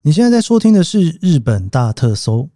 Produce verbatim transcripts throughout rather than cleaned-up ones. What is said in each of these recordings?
你现在在收听的是日本大特搜。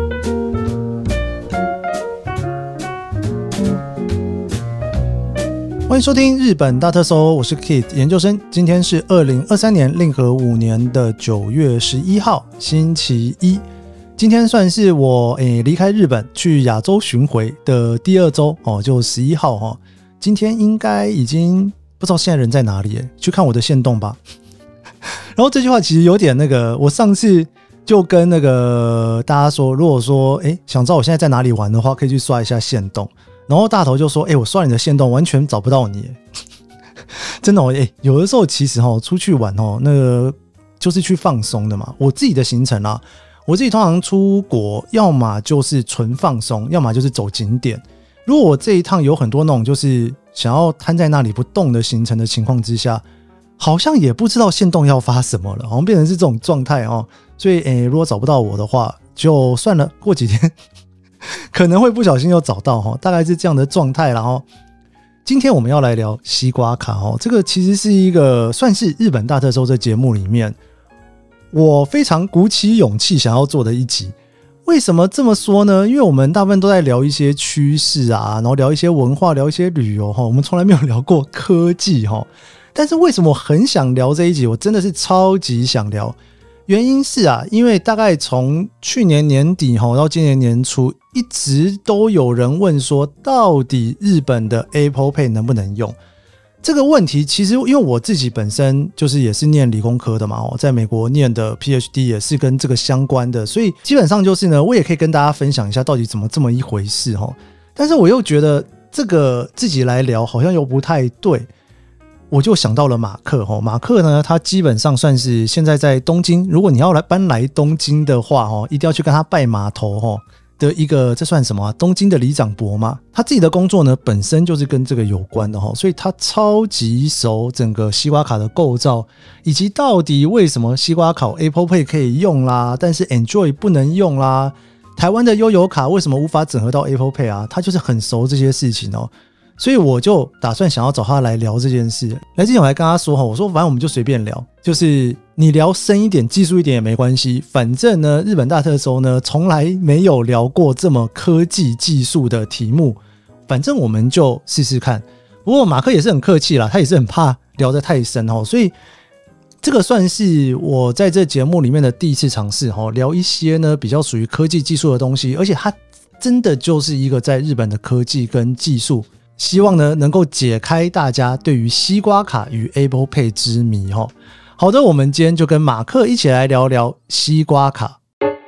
欢迎收听日本大特搜，我是 Kit 研究生。今天是二零二三年令和五年的九月十一号，星期一。今天算是我诶离开日本去亚洲巡回的第二周哦，就十一号哦。今天应该已经不知道现在人在哪里耶，去看我的限动吧。然后这句话其实有点那个，我上次就跟那个大家说，如果说诶想知道我现在在哪里玩的话，可以去刷一下限动。然后大头就说：“哎、欸，我刷你的限动，完全找不到你。”真的哦，哎、欸，有的时候其实哦，出去玩哦，那个就是去放松的嘛。我自己的行程啊，我自己通常出国，要么就是纯放松，要么就是走景点。如果我这一趟有很多那种就是想要瘫在那里不动的行程的情况之下，好像也不知道限动要发什么了，好像变成是这种状态哦。所以，哎、欸，如果找不到我的话，就算了，过几天。可能会不小心又找到，大概是这样的状态。然后今天我们要来聊西瓜卡，这个其实是一个算是日本大特搜这节目里面我非常鼓起勇气想要做的一集。为什么这么说呢？因为我们大部分都在聊一些趋势啊，然后聊一些文化，聊一些旅游，我们从来没有聊过科技。但是为什么我很想聊这一集，我真的是超级想聊。原因是啊，因为大概从去年年底到今年年初，一直都有人问说，到底日本的 Apple Pay 能不能用？这个问题其实因为我自己本身就是也是念理工科的嘛，在美国念的 P H D 也是跟这个相关的，所以基本上就是呢，我也可以跟大家分享一下到底怎么这么一回事。但是我又觉得这个自己来聊好像又不太对。我就想到了马克，马克呢，他基本上算是现在在东京，如果你要来搬来东京的话，一定要去跟他拜码头的一个，这算什么、啊、东京的里长伯嘛。他自己的工作呢本身就是跟这个有关的，所以他超级熟整个西瓜卡的构造，以及到底为什么西瓜卡 Apple Pay 可以用啦，但是 Android 不能用啦，台湾的悠游卡为什么无法整合到 Apple Pay 啊，他就是很熟这些事情哦。所以我就打算想要找他来聊这件事。来之前我还跟他说，我说反正我们就随便聊，就是你聊深一点技术一点也没关系，反正呢日本大特搜呢从来没有聊过这么科技技术的题目，反正我们就试试看。不过马克也是很客气啦，他也是很怕聊得太深，所以这个算是我在这节目里面的第一次尝试，聊一些呢比较属于科技技术的东西，而且它真的就是一个在日本的科技跟技术，希望呢能够解开大家对于西瓜卡与 Apple Pay 之谜。好的，我们今天就跟马克一起来聊聊西瓜卡。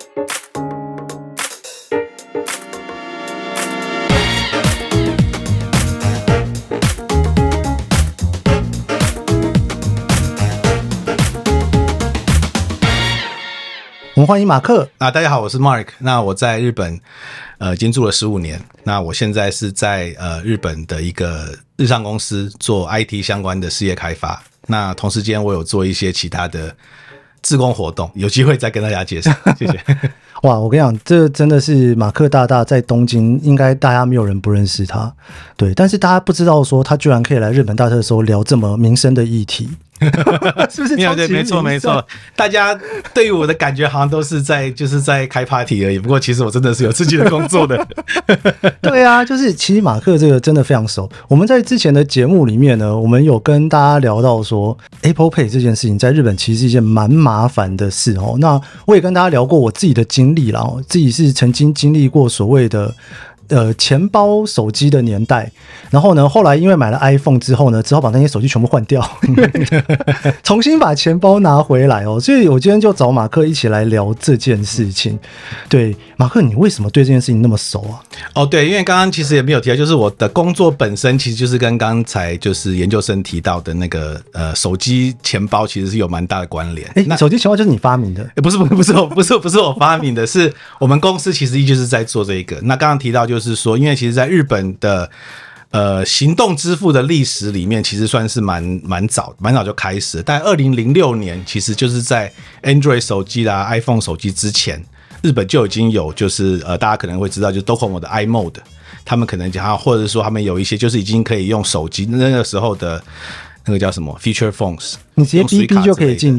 我们欢迎马克啊！大家好，我是 Mark。那我在日本呃已经住了十五年。那我现在是在呃日本的一个日商公司做 I T 相关的事业开发。那同时间我有做一些其他的志工活动，有机会再跟大家介绍。谢谢。 哇，我跟你讲，这真的是马克大大在东京，应该大家没有人不认识他。对，但是大家不知道说他居然可以来日本大特搜聊这么民生的议题。是不是超级没错没错，大家对于我的感觉好像都是在就是在开 party 而已，不过其实我真的是有自己的工作的。 对啊，就是其实马克这个真的非常熟。我们在之前的节目里面呢，我们有跟大家聊到说 Apple Pay 这件事情在日本其实是一件蛮麻烦的事哦。那我也跟大家聊过我自己的经历啦，自己是曾经经历过所谓的呃，钱包手机的年代，然后呢，后来因为买了 iPhone 之后呢，只好把那些手机全部换掉，重新把钱包拿回来哦。所以我今天就找马克一起来聊这件事情。对，马克，你为什么对这件事情那么熟啊？ 哦，对，因为刚刚其实也没有提到，就是我的工作本身其实就是跟刚才就是研究生提到的那个呃手机钱包其实是有蛮大的关联。 哎，手机钱包就是你发明的？ 不是不是不是我不是不是我发明的，是我们公司其实一直是在做这个。那刚刚提到就。就是说，因为其实在日本的呃行动支付的历史里面，其实算是蛮蛮早蛮早就开始了。但二零零六年，其实就是在 Android 手机啦、iPhone 手机之前，日本就已经有就是呃大家可能会知道，就是 Docomo 的 iMode， 他们可能讲，或者说他们有一些就是已经可以用手机那个时候的那个叫什么 Feature Phones， 你直接 B B 就可以进去。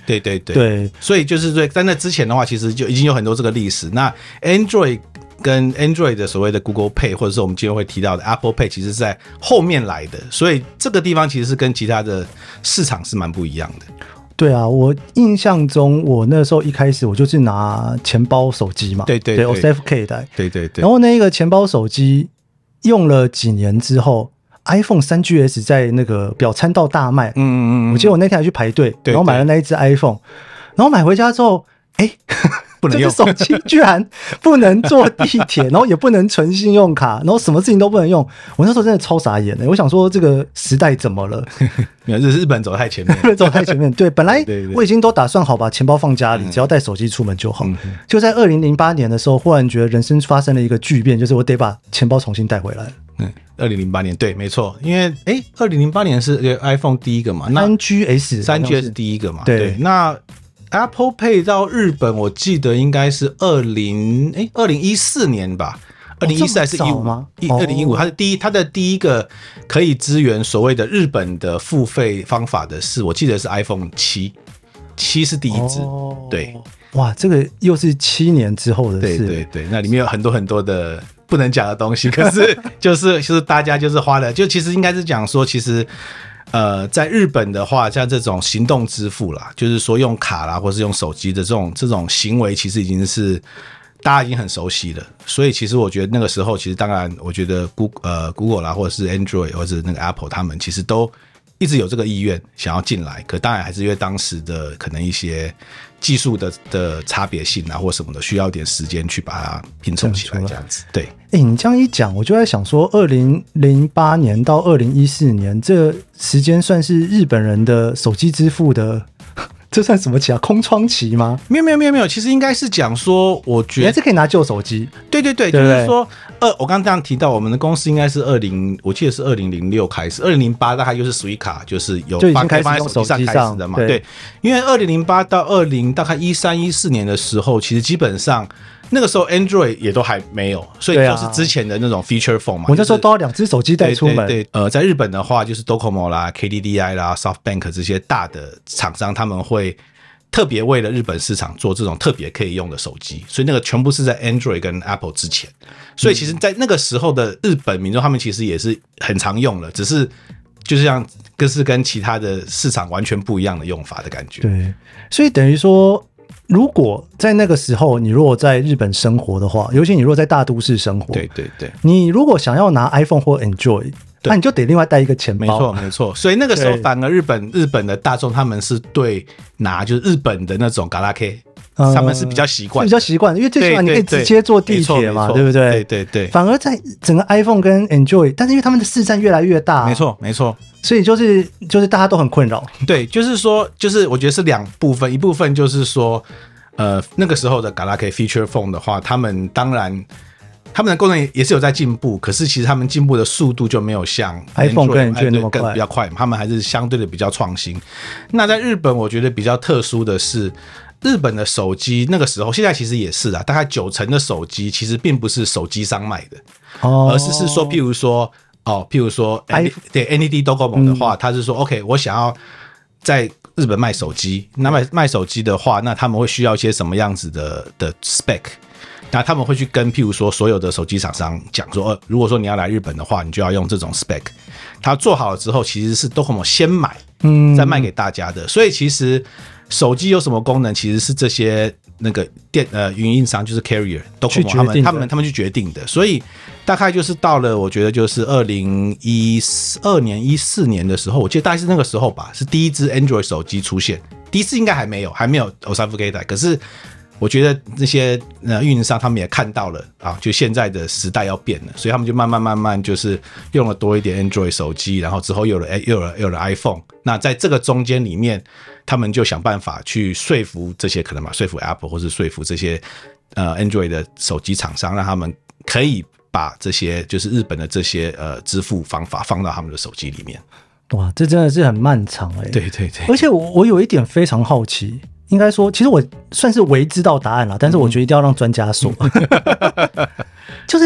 对对对对， 所以就是对，在那之前的话，其实就已经有很多这个历史。那 Android 跟 Android 的所谓的 Google Pay， 或者是我们今天会提到的 Apple Pay， 其实是在后面来的，所以这个地方其实是跟其他的市场是蛮不一样的。 对啊，我印象中，我那时候一开始我就是拿钱包手机嘛， 对对对 O S F K 的， 对对对。 然后那个钱包手机用了几年之后 ，iPhone 三 G S 在那个表参道大卖，嗯嗯嗯，我记得我那天还去排队，然后买了那一只 iPhone， 然后买回家之后，哎。 不能用这只手机居然不能坐地铁，然后也不能存信用卡，然后什么事情都不能用。我那时候真的超傻眼的，我想说这个时代怎么了？ 没有，这是日本走太前面， 日本走太前面。对，本来我已经都打算好把钱包放家里，只要带手机出门就好。嗯、就在二零零八年的时候，忽然觉得人生发生了一个巨变，就是我得把钱包重新带回来。 嗯，二零零八年对，没错，因为哎，二零零八年是 iPhone 第一个嘛， 三 G S 三 G S 第一个嘛， 对， 对那。Apple Pay 到日本，我记得应该是二零哎二零一四年吧，二零一四还是一五吗？ 二零一五，它是第一，它的第一个可以支援所谓的日本的付费方法的是，我记得是 iPhone 七，七是第一支，哦、对， 哇，这个又是七年之后的事， 对对对，那里面有很多很多的不能讲的东西，可是就是就是大家就是花了，就其实应该是讲说，其实。呃，在日本的话，像这种行动支付啦，就是说用卡啦，或是用手机的这种这种行为，其实已经是大家已经很熟悉了。所以其实我觉得那个时候，其实当然，我觉得 Google 呃 Google 啦，或者是 Android 或者是那个 Apple， 他们其实都一直有这个意愿想要进来，可当然还是因为当时的可能一些技术的的差别性啊，或什么的，需要一点时间去把它拼凑起来，这样子。对。 哎、欸，你这样一讲，我就在想说，二零零八年到二零一四年这时间算是日本人的手机支付的，这算什么期啊？空窗期吗？ 没有没有没有没有，其实应该是讲说，我觉得还是可以拿旧手机。 对对对，对就是说，呃，我刚刚这样提到，我们的公司应该是二零，我记得是二零零六开始，二零零八大概就是 Suica 卡，就是有就已经开始放在用手机上开始的嘛。 对， 对因为二零零八到二零大概一三一四年的时候，其实基本上。那个时候 Android 也都还没有，所以就是之前的那种 feature phone 嘛。 我那时候都要两只手机带出门。 对对对，呃，在日本的话，就是 Docomo 啦、K D D I 啦、SoftBank 这些大的厂商，他们会特别为了日本市场做这种特别可以用的手机，所以那个全部是在 Android 跟 Apple 之前。所以其实，在那个时候的日本民众，他们其实也是很常用了，只是就是像跟是跟其他的市场完全不一样的用法的感觉。 对，所以等于说。如果在那个时候，你如果在日本生活的话，尤其你如果在大都市生活， 对对对， 你如果想要拿 iPhone 或 Android， 那你就得另外带一个钱包。 没错没错，所以那个时候反而日本日本的大众他们是对拿就是日本的那种 Garakei，呃、他们是比较习惯， 比较习惯，因为最起码你可以直接坐地铁嘛，对不对？ 对对对。 反而在整个 iPhone 跟 Android， 但是因为他们的市占越来越大， 没错没错。 所以就是就是大家都很困扰。 对，就是说，就是我觉得是两部分，一部分就是说。呃，那个时候的 Garakei Feature Phone 的话，他们当然他们的功能也是有在进步，可是其实他们进步的速度就没有像 iPhone 跟 Android 那么快， 比较快嘛，他们还是相对的比较创新。那在日本，我觉得比较特殊的是，日本的手机那个时候，现在其实也是啊，大概九成的手机其实并不是手机商卖的，哦、而是是说，譬如说，哦，譬如说，对 N E D Docomo 的话，他、嗯、是说 ，OK， 我想要在日本卖手机，那卖卖手机的话，那他们会需要一些什么样子的的 spec？ 那他们会去跟譬如说所有的手机厂商讲说，呃，如果说你要来日本的话，你就要用这种 spec。它做好了之后，其实是 Docomo 先买，嗯，再卖给大家的。所以其实手机有什么功能，其实是这些那个电呃云印商就是 carrier Docomo 他们他们他们去决定的。所以大概就是到了，我觉得就是二零一二年、一四年的时候，我记得大概是那个时候吧，是第一支 Android 手机出现。第一次应该还没有，还没有 O S A F K 代，可是我觉得那些呃运营商他们也看到了啊，就现在的时代要变了，所以他们就慢慢慢慢就是用了多一点 Android 手机，然后之后又有了又有了又有了 iPhone。那在这个中间里面，他们就想办法去说服这些可能吧，说服 Apple 或是说服这些呃 Android 的手机厂商，让他们可以把这些就是日本的这些呃支付方法放到他们的手机里面。 哇，这真的是很漫长哎、欸。 对对对， 而且我我有一点非常好奇，应该说，其实我算是为知道答案啦，但是我觉得一定要让专家说，就是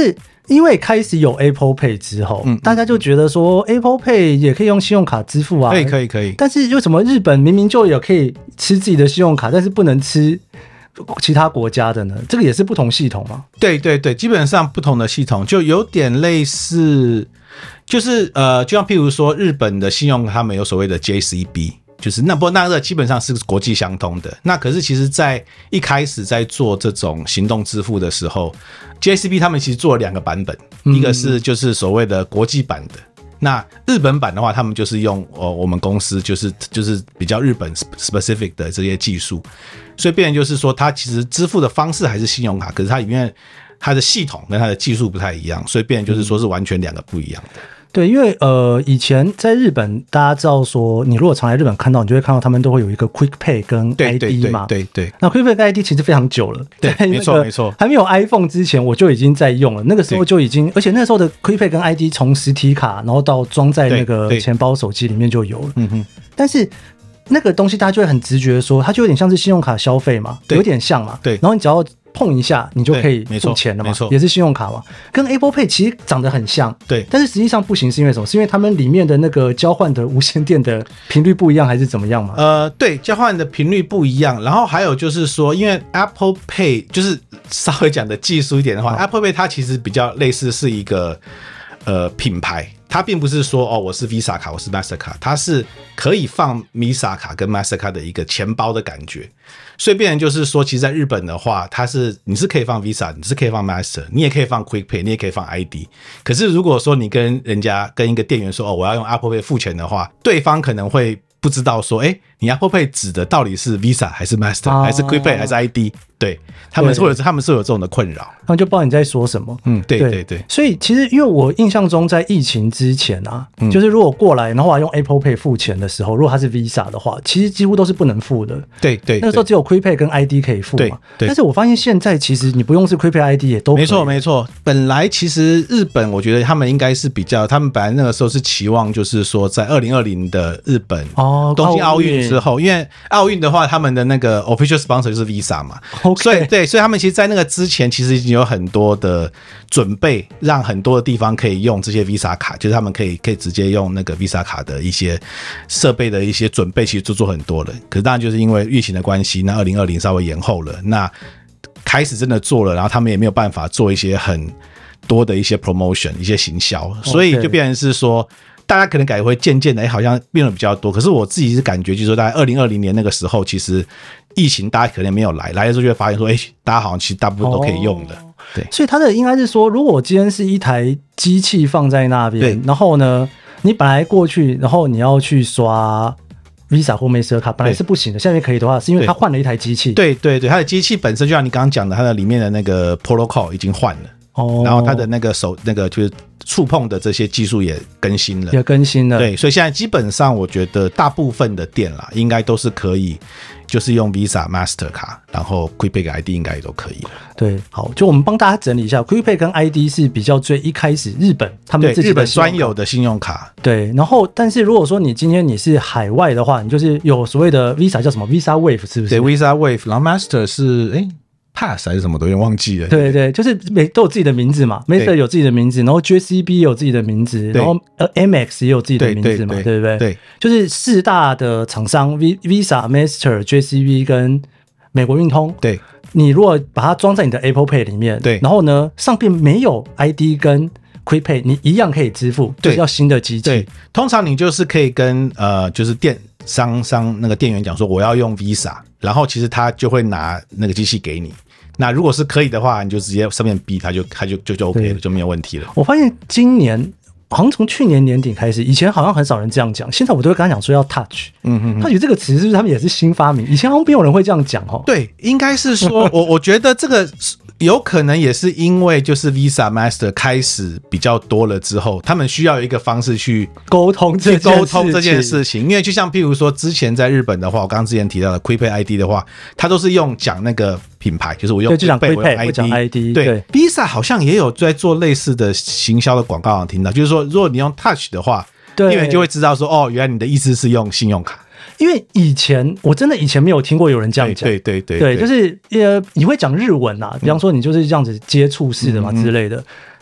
因为开始有 Apple Pay 之后，嗯、大家就觉得说 Apple Pay 也可以用信用卡支付啊， 可以可以可以。 但是为什么日本明明就有可以吃自己的信用卡，但是不能吃其他国家的呢？这个也是不同系统吗？ 对对对，基本上不同的系统就有点类似，就是呃，就像譬如说日本的信用卡他们有所谓的 J C B。就是那不那个基本上是国际相通的，那可是其实在一开始在做这种行动支付的时候 J C B 他们其实做了两个版本、嗯、一个是就是所谓的国际版的，那日本版的话他们就是用、哦、我们公司就是就是比较日本 specific 的这些技术，所以变成就是说它其实支付的方式还是信用卡，可是它里面它的系统跟它的技术不太一样，所以变成就是说是完全两个不一样的。 对，因为呃，以前在日本，大家知道说，你如果常来日本看到，你就会看到他们都会有一个 Quick Pay 跟 I D 嘛。 对对 对, 对, 对。 那 Quick Pay 跟 I D 其实非常久了， 对，没错没错。 还没有 iPhone 之前，我就已经在用了。那个时候就已经，而且那时候的 Quick Pay 跟 I D 从实体卡，然后到装在那个钱包、手机里面就有了。嗯哼。但是那个东西大家就会很直觉说，它就有点像是信用卡消费嘛，有点像嘛。对。然后你只要碰一下你就可以付钱了嘛，也是信用卡嘛，跟 Apple Pay 其实长得很像，对，但是实际上不行，是因为什么？是因为他们里面的那个交换的无线电的频率不一样，还是怎么样嘛？ 呃，对，交换的频率不一样，然后还有就是说，因为 Apple Pay 就是稍微讲的技术一点的话、哦、，Apple Pay 它其实比较类似是一个呃品牌。它并不是说哦，我是 Visa 卡，我是 Master 卡，它是可以放 Visa 卡跟 Master 卡的一个钱包的感觉，所以变成就是说，其实在日本的话，它是你是可以放 Visa， 你是可以放 Master， 你也可以放 Quick Pay， 你也可以放 I D。可是如果说你跟人家跟一个店员说哦，我要用 Apple Pay 付钱的话，对方可能会不知道说，哎，你 Apple Pay 指的到底是 Visa 还是 Master、哦、还是 Quick Pay 还是 I D？ 对，他们或者他们是有这种的困扰， 他们就不知道你在说什么。 嗯，对对 对, 对。 所以其实因为我印象中在疫情之前啊，嗯、就是如果过来然后我用 Apple Pay 付钱的时候，如果它是 Visa 的话，其实几乎都是不能付的。 对 对, 对， 那个时候只有 Quick Pay 跟 I D 可以付嘛。对对。但是我发现现在其实你不用是 Quick Pay I D 也都可以。 没错没错。本来其实日本我觉得他们应该是比较，他们本来那个时候是期望就是说在二零二零的日本哦东京奥运之后，因为奥运的话他们的那个 official sponsor 就是 Visa 嘛， okay. 所以对，所以他们其实在那个之前其实已经有很多的准备，让很多的地方可以用这些 Visa 卡，就是他们可以可以直接用那个 Visa 卡的一些设备的一些准备，其实就做很多了。可是当然就是因为疫情的关系，那二零二零稍微延后了，那开始真的做了，然后他们也没有办法做一些很多的一些 promotion 一些行销，所以就变成是说大家可能感觉会渐渐的、欸、好像变得比较多。可是我自己是感觉就是说大概二零二零年那个时候，其实疫情大家可能没有来，来的时候就会发现说，哎、欸，大家好像其实大部分都可以用的。哦、对， 所以它的应该是说，如果我今天是一台机器放在那边，然后呢，你本来过去，然后你要去刷 Visa 或 Master 卡，本来是不行的，现在可以的话，是因为它换了一台机器。 对对对，它的机器本身就像你刚刚讲的，它的里面的那个 protocol 已经换了。哦，然后它的那个手那个就是触碰的这些技术也更新了， 也更新了。 对，所以现在基本上我觉得大部分的店啦，应该都是可以，就是用 Visa、Master 卡，然后 Quick Pay 跟 I D 应该也都可以了。 对，好，就我们帮大家整理一下 ，Quick Pay 跟 I D 是比较最一开始日本他们自己的日本专有的信用卡。 对，然后但是如果说你今天你是海外的话，你就是有所谓的 Visa 叫什么 Visa Wave 是不是？ 对 ，Visa Wave， 然后 Master 是哎。Pass 还是什么都有点忘记了。 对对，就是每都有自己的名字嘛 ，Master 有自己的名字，然后 J C B 也有自己的名字，然后 M X 也有自己的名字嘛， 对, 对, 对, 对不对？对，就是四大的厂商 Visa、Master、J C B 跟美国运通。对，你如果把它装在你的 Apple Pay 里面，对，然后呢上面没有 I D 跟 Quick Pay， 你一样可以支付，就是要新的机器。对， 通常你就是可以跟呃，就是店商商那个店员讲说我要用 Visa， 然后其实他就会拿那个机器给你。那如果是可以的话，你就直接上面逼他就他就就就 OK 了，就没有问题了。 我发现今年好像从去年年底开始，以前好像很少人这样讲，现在我都会跟他讲说要 touch。嗯哼，touch 这个词是不是他们也是新发明？以前好像没有人会这样讲哦。 对，应该是说，我我觉得这个有可能也是因为就是 Visa、Master 开始比较多了之后，他们需要有一个方式去沟通这去沟通这件事情。因为就像譬如说，之前在日本的话，我刚刚之前提到的 Quick Pay I D 的话，它都是用讲那个品牌，就是我用 Quick Pay， 我用 I D， 讲 I D。 对, 对 ，Visa 好像也有在做类似的行销的广告，我听到就是说，如果你用 Touch 的话，店员就会知道说，哦，原来你的意思是用信用卡。 因为以前我真的以前没有听过有人这样讲， 对对对对, 对, 对，就是呃，你会讲日文啊，比方说你就是这样子接触式的嘛、嗯、之类的。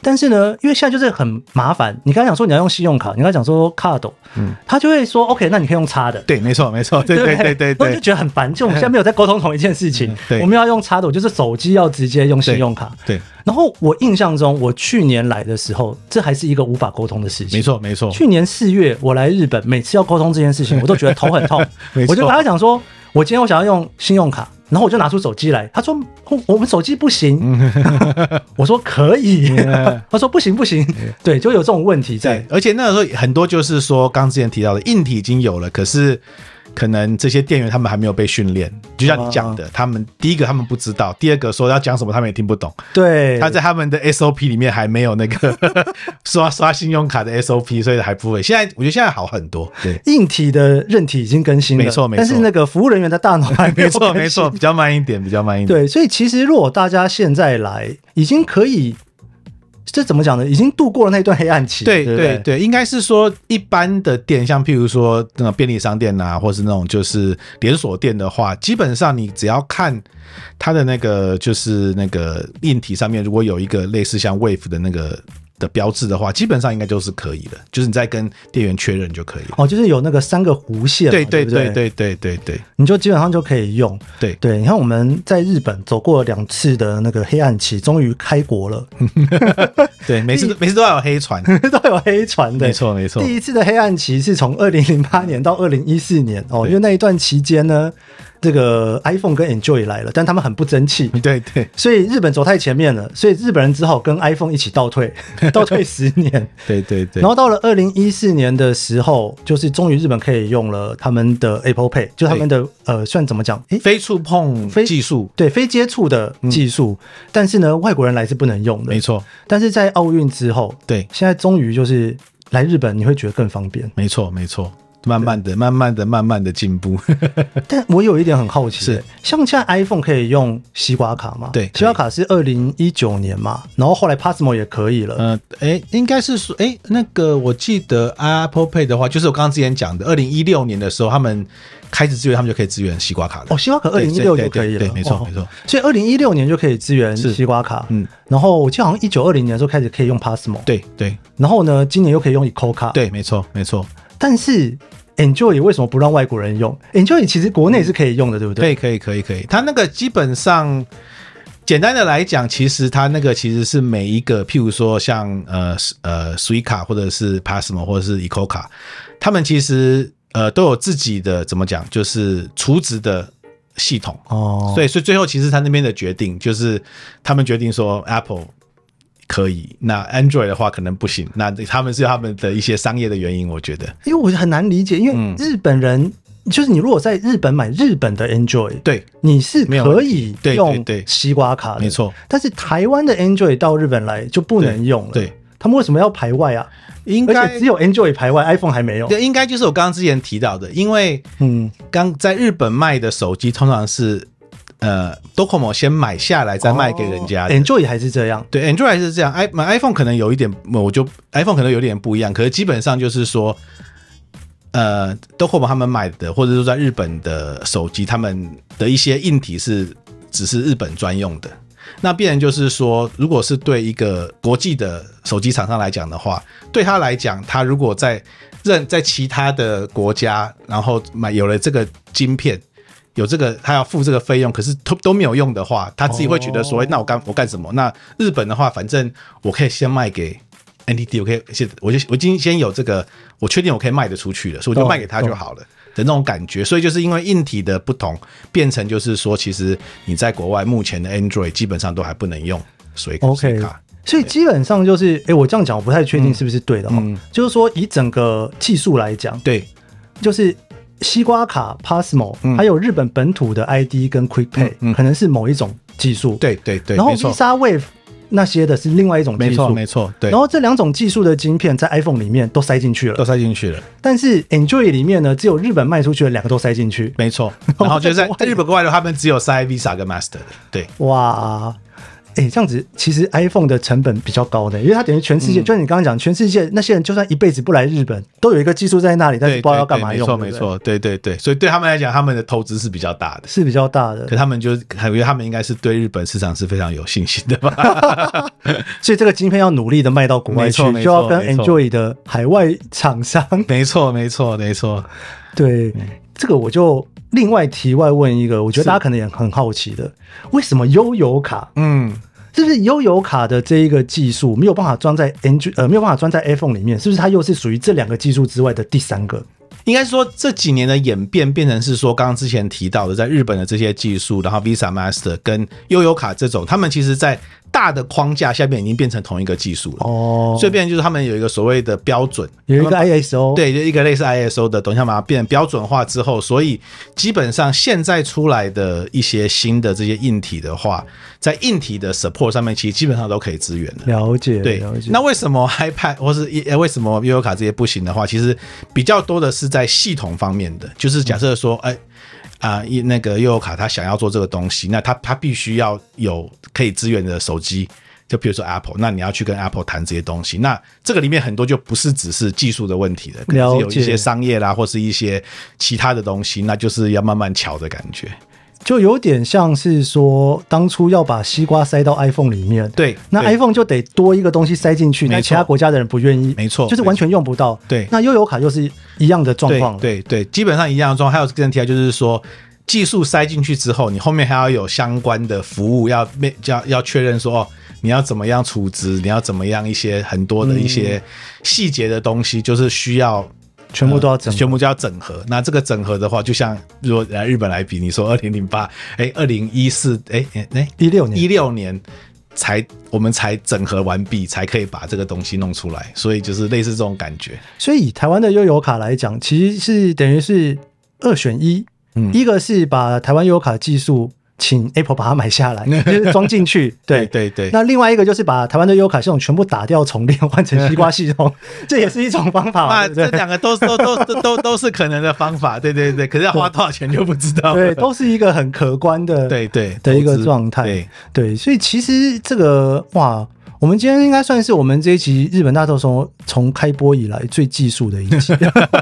但是呢，因为现在就是很麻烦，你刚才讲说你要用信用卡，你刚才讲说 card， 嗯，他就会说 OK， 那你可以用插的。 对，没错，没错，对对对对对， 我就觉得很烦，就我们现在没有在沟通同一件事情。 对， 我们要用插的，就是手机要直接用信用卡。 对。对然后我印象中，我去年来的时候，这还是一个无法沟通的事情。 没错，没错。去年四月我来日本，每次要沟通这件事情，我都觉得头很痛。 没错。 我就跟他讲说，我今天我想要用信用卡。然后我就拿出手机来，他说我们手机不行，我说可以，他说不行不行，对，就有这种问题在。 而且那个时候很多就是说，刚之前提到的硬体已经有了，可是可能这些店员他们还没有被训练，就像你讲的，他们第一个他们不知道，第二个说要讲什么他们也听不懂。 对， 他在他们的 S O P 里面还没有那个刷刷信用卡的 S O P， 所以还不会。现在我觉得现在好很多，对， 硬体的韧体已经更新了， 没错没错， 但是那个服务人员的大脑还没有更新。 没错没错，比较慢一点，比较慢一点。 对，所以其实如果大家现在来，已经可以。这怎么讲呢？已经度过了那段黑暗期。 对对对 对, 对，应该是说一般的店，像譬如说那种便利商店啊，或是那种就是连锁店的话，基本上你只要看它的那个就是那个硬体上面，如果有一个类似像 Wave 的那个的标志的话，基本上应该就是可以的，就是你再跟店员确认就可以了。 哦，就是有那个三个弧线嘛， 对对对对对对对对， 你就基本上就可以用。 对对，你看我们在日本走过两次的那个黑暗期，终于开国了。 对，每次每次都要有黑船， 都有黑船的。 没错没错。 第一次的黑暗期是从二零零八年到二零一四年哦，因为那一段期间呢。这个 iPhone 跟 Enjoy 来了，但他们很不争气， 对对， 所以日本走太前面了，所以日本人只好跟 iPhone 一起倒退，倒退十年， 对对对。 然后到了二零一四年的时候，就是终于日本可以用了他们的 Apple Pay， 就他们的呃，算怎么讲？ 非触碰技术， 对，非接触的技术、嗯，但是呢，外国人来是不能用的， 没错。 但是在奥运之后，对，现在终于就是来日本，你会觉得更方便， 没错没错。慢慢的、慢慢的、慢慢的进步。 但我有一点很好奇，是像现在 iPhone 可以用西瓜卡吗？ 对， 西瓜卡是二零一九年嘛，然后后来 Passmo 也可以了。 呃，哎，应该是说，哎，那个我记得 Apple Pay 的话，就是我刚刚之前讲的，二零一六年的时候，他们开始支援，他们就可以支援西瓜卡了。 哦，西瓜卡二零一六就可以了， 对，没错、哦、没错。 所以二零一六年就可以支援西瓜卡，嗯，然后我记得好像一九二零年的时候开始可以用 Passmo， 对对。 然后呢，今年又可以用 Eco 卡， 对，没错没错。 但是Enjoy 为什么不让外国人用 ？Enjoy 其实国内是可以用的，对不对？ 可以，可以，可以，可以。它那个基本上，简单的来讲，其实它那个其实是每一个，譬如说像呃呃 Suica 或者是 Passmo 或者是 Eco 卡，他们其实呃都有自己的怎么讲，就是储值的系统哦。所以，所以最后其实他那边的决定就是他们决定说 Apple。可以，那 Android 的话可能不行，那他们是他们的一些商业的原因，我觉得， 因为我很难理解，因为日本人、嗯、就是你如果在日本买日本的 Android， 对，你是可以用西瓜卡的， 没错， 但是台湾的 Android 到日本来就不能用了，对，对他们为什么要排外啊？应该而且只有 Android 排外 ，iPhone 还没有。 对，应该就是我刚刚之前提到的，因为嗯，刚在日本卖的手机通常是。呃 ，Docomo 先买下来再卖给人家的、 哦、，Android 还是这样， 对 ，Android 还是这样。i 买 iPhone 可能有一点，我就 iPhone 可能有点不一样，可是基本上就是说，呃 ，Docomo 他们买的，或者说在日本的手机，他们的一些硬体是只是日本专用的。那必然就是说，如果是对一个国际的手机厂商来讲的话，对他来讲，他如果在任在其他的国家，然后买有了这个晶片。有这个，他要付这个费用，可是都都没有用的话，他自己会觉得说，欸、那我干我干什么？那日本的话，反正我可以先卖给 N T T， 我可以先，我就我已经先有这个，我确定我可以卖得出去了，所以我就卖给他就好了的那种感觉。所以就是因为硬体的不同，变成就是说，其实你在国外目前的 Android 基本上都还不能用水卡。 Okay. 所以基本上就是，哎、欸，我这样讲我不太确定是不是对的哈、嗯嗯。就是说，以整个技术来讲，对，就是。西瓜卡 Passmo、嗯、还有日本本土的 I D 跟 Quick Pay、嗯嗯、可能是某一种技术， 对对对， 然后 Visa Wave 那些的是另外一种技术， 没错没错，对。 然后这两种技术的晶片在 iPhone 里面都塞进去了， 都塞进去了。但是 Enjoy 里面呢，只有日本卖出去的两个都塞进去， 没错。然后就在在日本国外的，他们只有塞 Visa 跟 Master 的，对。 哇！ 哎、欸，这样子其实 iPhone 的成本比较高的，因为它等于全世界，嗯、就是你刚刚讲，全世界那些人就算一辈子不来日本，都有一个技术在那里，但是不知道要干嘛用。 没错，没错，对对对，所以对他们来讲，他们的投资是比较大的， 是比较大的。 可他们就，我觉得他们应该是对日本市场是非常有信心的吧。 所以这个晶片要努力的卖到国外去，就要跟 Enjoy 的海外厂商。 没错，没错，没错。 对，嗯、这个我就。另外题外问一个，我觉得大家可能也很好奇的，为什么悠游卡，嗯，是不是悠游卡的这一个技术没有办法装在 Android 呃没有办法装在 iPhone 里面？是不是它又是属于这两个技术之外的第三个？ 应该说这几年的演变变成是说，刚刚之前提到的，在日本的这些技术，然后 Visa、Master 跟悠游卡这种，他们其实在大的框架下面已经变成同一个技术了哦，所以变成就是他们有一个所谓的标准， 有一个 I S O， 对，就一个类似 I S O 的，等一下把它变成标准化之后，所以基本上现在出来的一些新的这些硬体的话，在硬体的 support 上面，其实基本上都可以支援的。 了解， 对， 了解。 那为什么 iPad 或是为什么悠游卡这些不行的话，其实比较多的是在系统方面的，就是假设说，哎、欸。啊、呃，那个悠游卡他想要做这个东西，那他他必须要有可以支援的手机，就比如说 Apple， 那你要去跟 Apple 谈这些东西，那这个里面很多就不是只是技术的问题了，可能是有一些商业啦，或是一些其他的东西，那就是要慢慢瞧的感觉。 就有点像是说，当初要把西瓜塞到 iPhone 里面， 对， 那 iPhone 就得多一个东西塞进去，那其他国家的人不愿意， 没错， 就是完全用不到。 对， 那悠游卡就是一样的状况， 对对对，基本上一样的状况。还有更提到就是说，技术塞进去之后，你后面还要有相关的服务要要要确认说，哦，你要怎么样储值，你要怎么样一些很多的一些细节的东西，就是需要。 全部都要整合、呃， 全部就要整合。那这个整合的话，就像如果来日本来比，你说二零零八，哎，二零一四，哎哎， 一六年， 一六年才我们才整合完毕，才可以把这个东西弄出来。所以就是类似这种感觉。 所以以台湾的悠游卡来讲，其实是等于是二选一，嗯，一个是把台湾悠游卡技术。请 Apple 把它买下来，就是装进去。对对对。 那另外一个就是把台湾的悠游卡系统全部打掉重练，换成西瓜系统，这也是一种方法。 那这两个都都都都都都是可能的方法。对对对，可是要花多少钱就不知道。 对，都是一个很可观的， 对对的一个状态。对对，所以其实这个哇，我们今天应该算是我们这一集日本大特搜从开播以来最技术的一集。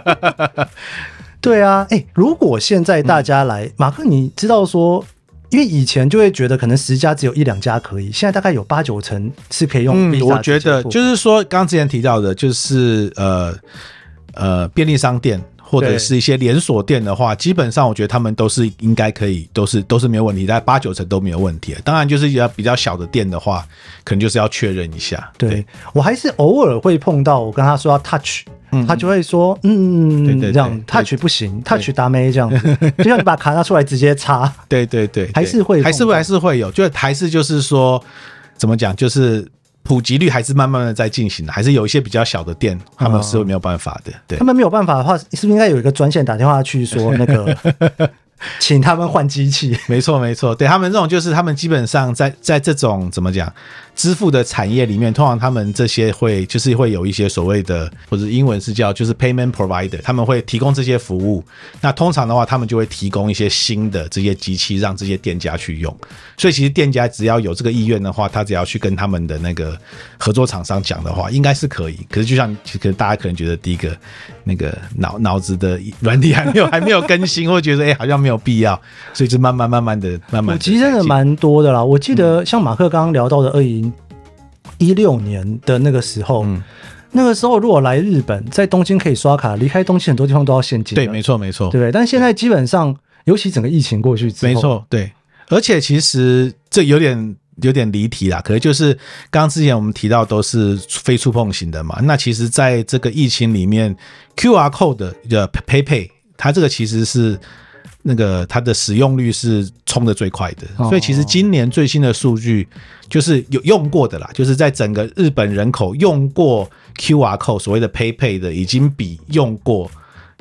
对啊，哎、欸，如果现在大家来，嗯、马克，你知道说。因为以前就会觉得可能十家只有一两家可以，现在大概有八九成是可以用 Visa。嗯， 我觉得就是说，刚刚之前提到的，就是呃呃便利商店或者是一些连锁店的话，基本上我觉得他们都是应该可以，都是都是没有问题，大概八九成都没有问题。当然，就是要比较小的店的话，可能就是要确认一下。 对，对我还是偶尔会碰到，我跟他说要 touch。他就会说，嗯，对对对这样 touch 不行 ，touch 打没这样子，就像你把卡拿出来直接插， 对对对， 还是会， 还是会，还是会有，就还是就是说，怎么讲，就是普及率还是慢慢的在进行的，还是有一些比较小的店，他们是没有办法的，对， 他们没有办法的话，是不是应该有一个专线打电话去说那个？请他们换机器， 没错没错，对他们这种就是他们基本上在在这种怎么讲支付的产业里面，通常他们这些会就是会有一些所谓的或者英文是叫就是 payment provider， 他们会提供这些服务。那通常的话，他们就会提供一些新的这些机器让这些店家去用。所以其实店家只要有这个意愿的话，他只要去跟他们的那个合作厂商讲的话，应该是可以。可是就像可能大家可能觉得第一个那个脑脑子的软体还没有还没有更新，或觉得哎、欸、好像没有必要，所以就慢慢慢慢的慢慢的。 其实真的蛮多的啦，我记得像马克刚刚聊到的二零一六年的那个时候，嗯，那个时候如果来日本，在东京可以刷卡，离开东京很多地方都要现金。 对，没错没错， 对不对？但现在基本上，尤其整个疫情过去之后， 没错，对。而且其实这有点有点离题啦，可是就是刚刚之前我们提到都是非触碰型的嘛，那其实在这个疫情里面 Q R code 的 PayPay 它这个其实是那个它的使用率是冲的最快的，所以其实今年最新的数据就是有用过的啦，就是在整个日本人口用过 Q R code 所谓的 PayPay 的已经比用过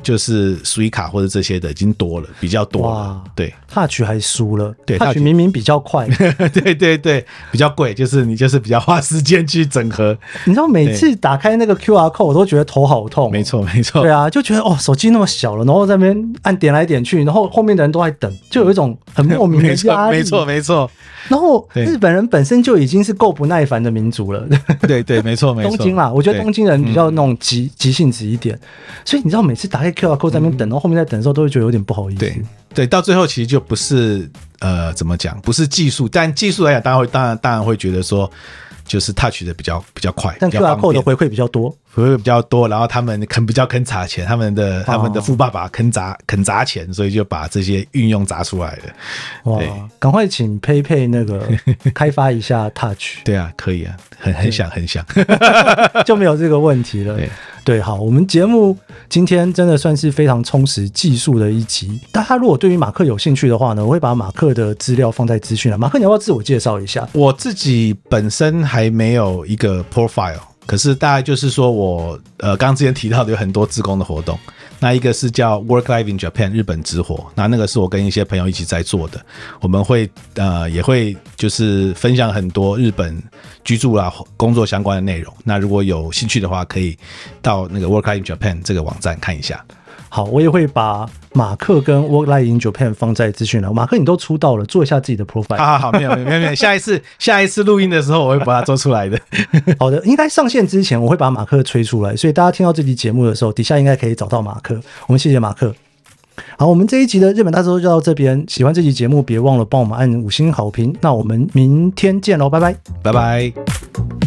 就是 Suica 或者这些的已经多了，比较多了。对 ，Touch 还输了， 对 ，Touch 明明比较快， 对对对，比较贵，就是你就是比较花时间去整合。 你知道每次打开那个 Q R code 我都觉得头好痛、哦。 没错没错， 对啊，就觉得哦手机那么小了，然后在那边按点来点去，然后后面的人都在等，就有一种很莫名的压力。 没错没错。 然后日本人本身就已经是够不耐烦的民族了。 对对，没错没错。 东京啦，我觉得东京人比较那种急、嗯、急性子一点，所以你知道每次打开 Q R code 在那边等，然后后面在等的时候，都会觉得有点不好意思。 对对，到最后其实就不是呃怎么讲，不是技术，但技术来讲，当然会当然当然会觉得说，就是 Touch 的比较比较快， 但 Q R code 的回馈比较多， 回馈比较多，然后他们肯比较肯砸钱，他们的、哦、他们的富爸爸肯砸肯砸钱，所以就把这些运用砸出来了。 哇，赶快请 PayPay 那个开发一下 Touch。 对啊，可以啊，很很想很想， 就没有这个问题了。对。对，好，我们节目今天真的算是非常充实技术的一集。大家如果对于马克有兴趣的话呢，我会把马克的资料放在资讯栏。马克，你要不要自我介绍一下？ 我自己本身还没有一个 profile， 可是大概就是说我呃，刚刚之前提到的有很多志工的活动。那一个是叫 Work Life in Japan 日本之火，那那个是我跟一些朋友一起在做的，我们会呃也会就是分享很多日本居住啦工作相关的内容，那如果有兴趣的话可以到那个 Work Life in Japan 这个网站看一下。 好，我也会把马克跟 Work Life in Japan 放在资讯栏。马克，你都出道了，做一下自己的 profile。 好好好，没有没有没有，下一次下一次录音的时候，我会把它做出来的。 好的，应该上线之前我会把马克吹出来，所以大家听到这期节目的时候，底下应该可以找到马克。我们谢谢马克。好，我们这一集的日本大周就到这边。喜欢这期节目，别忘了帮我们按五星好评。那我们明天见喽，拜拜， 拜拜。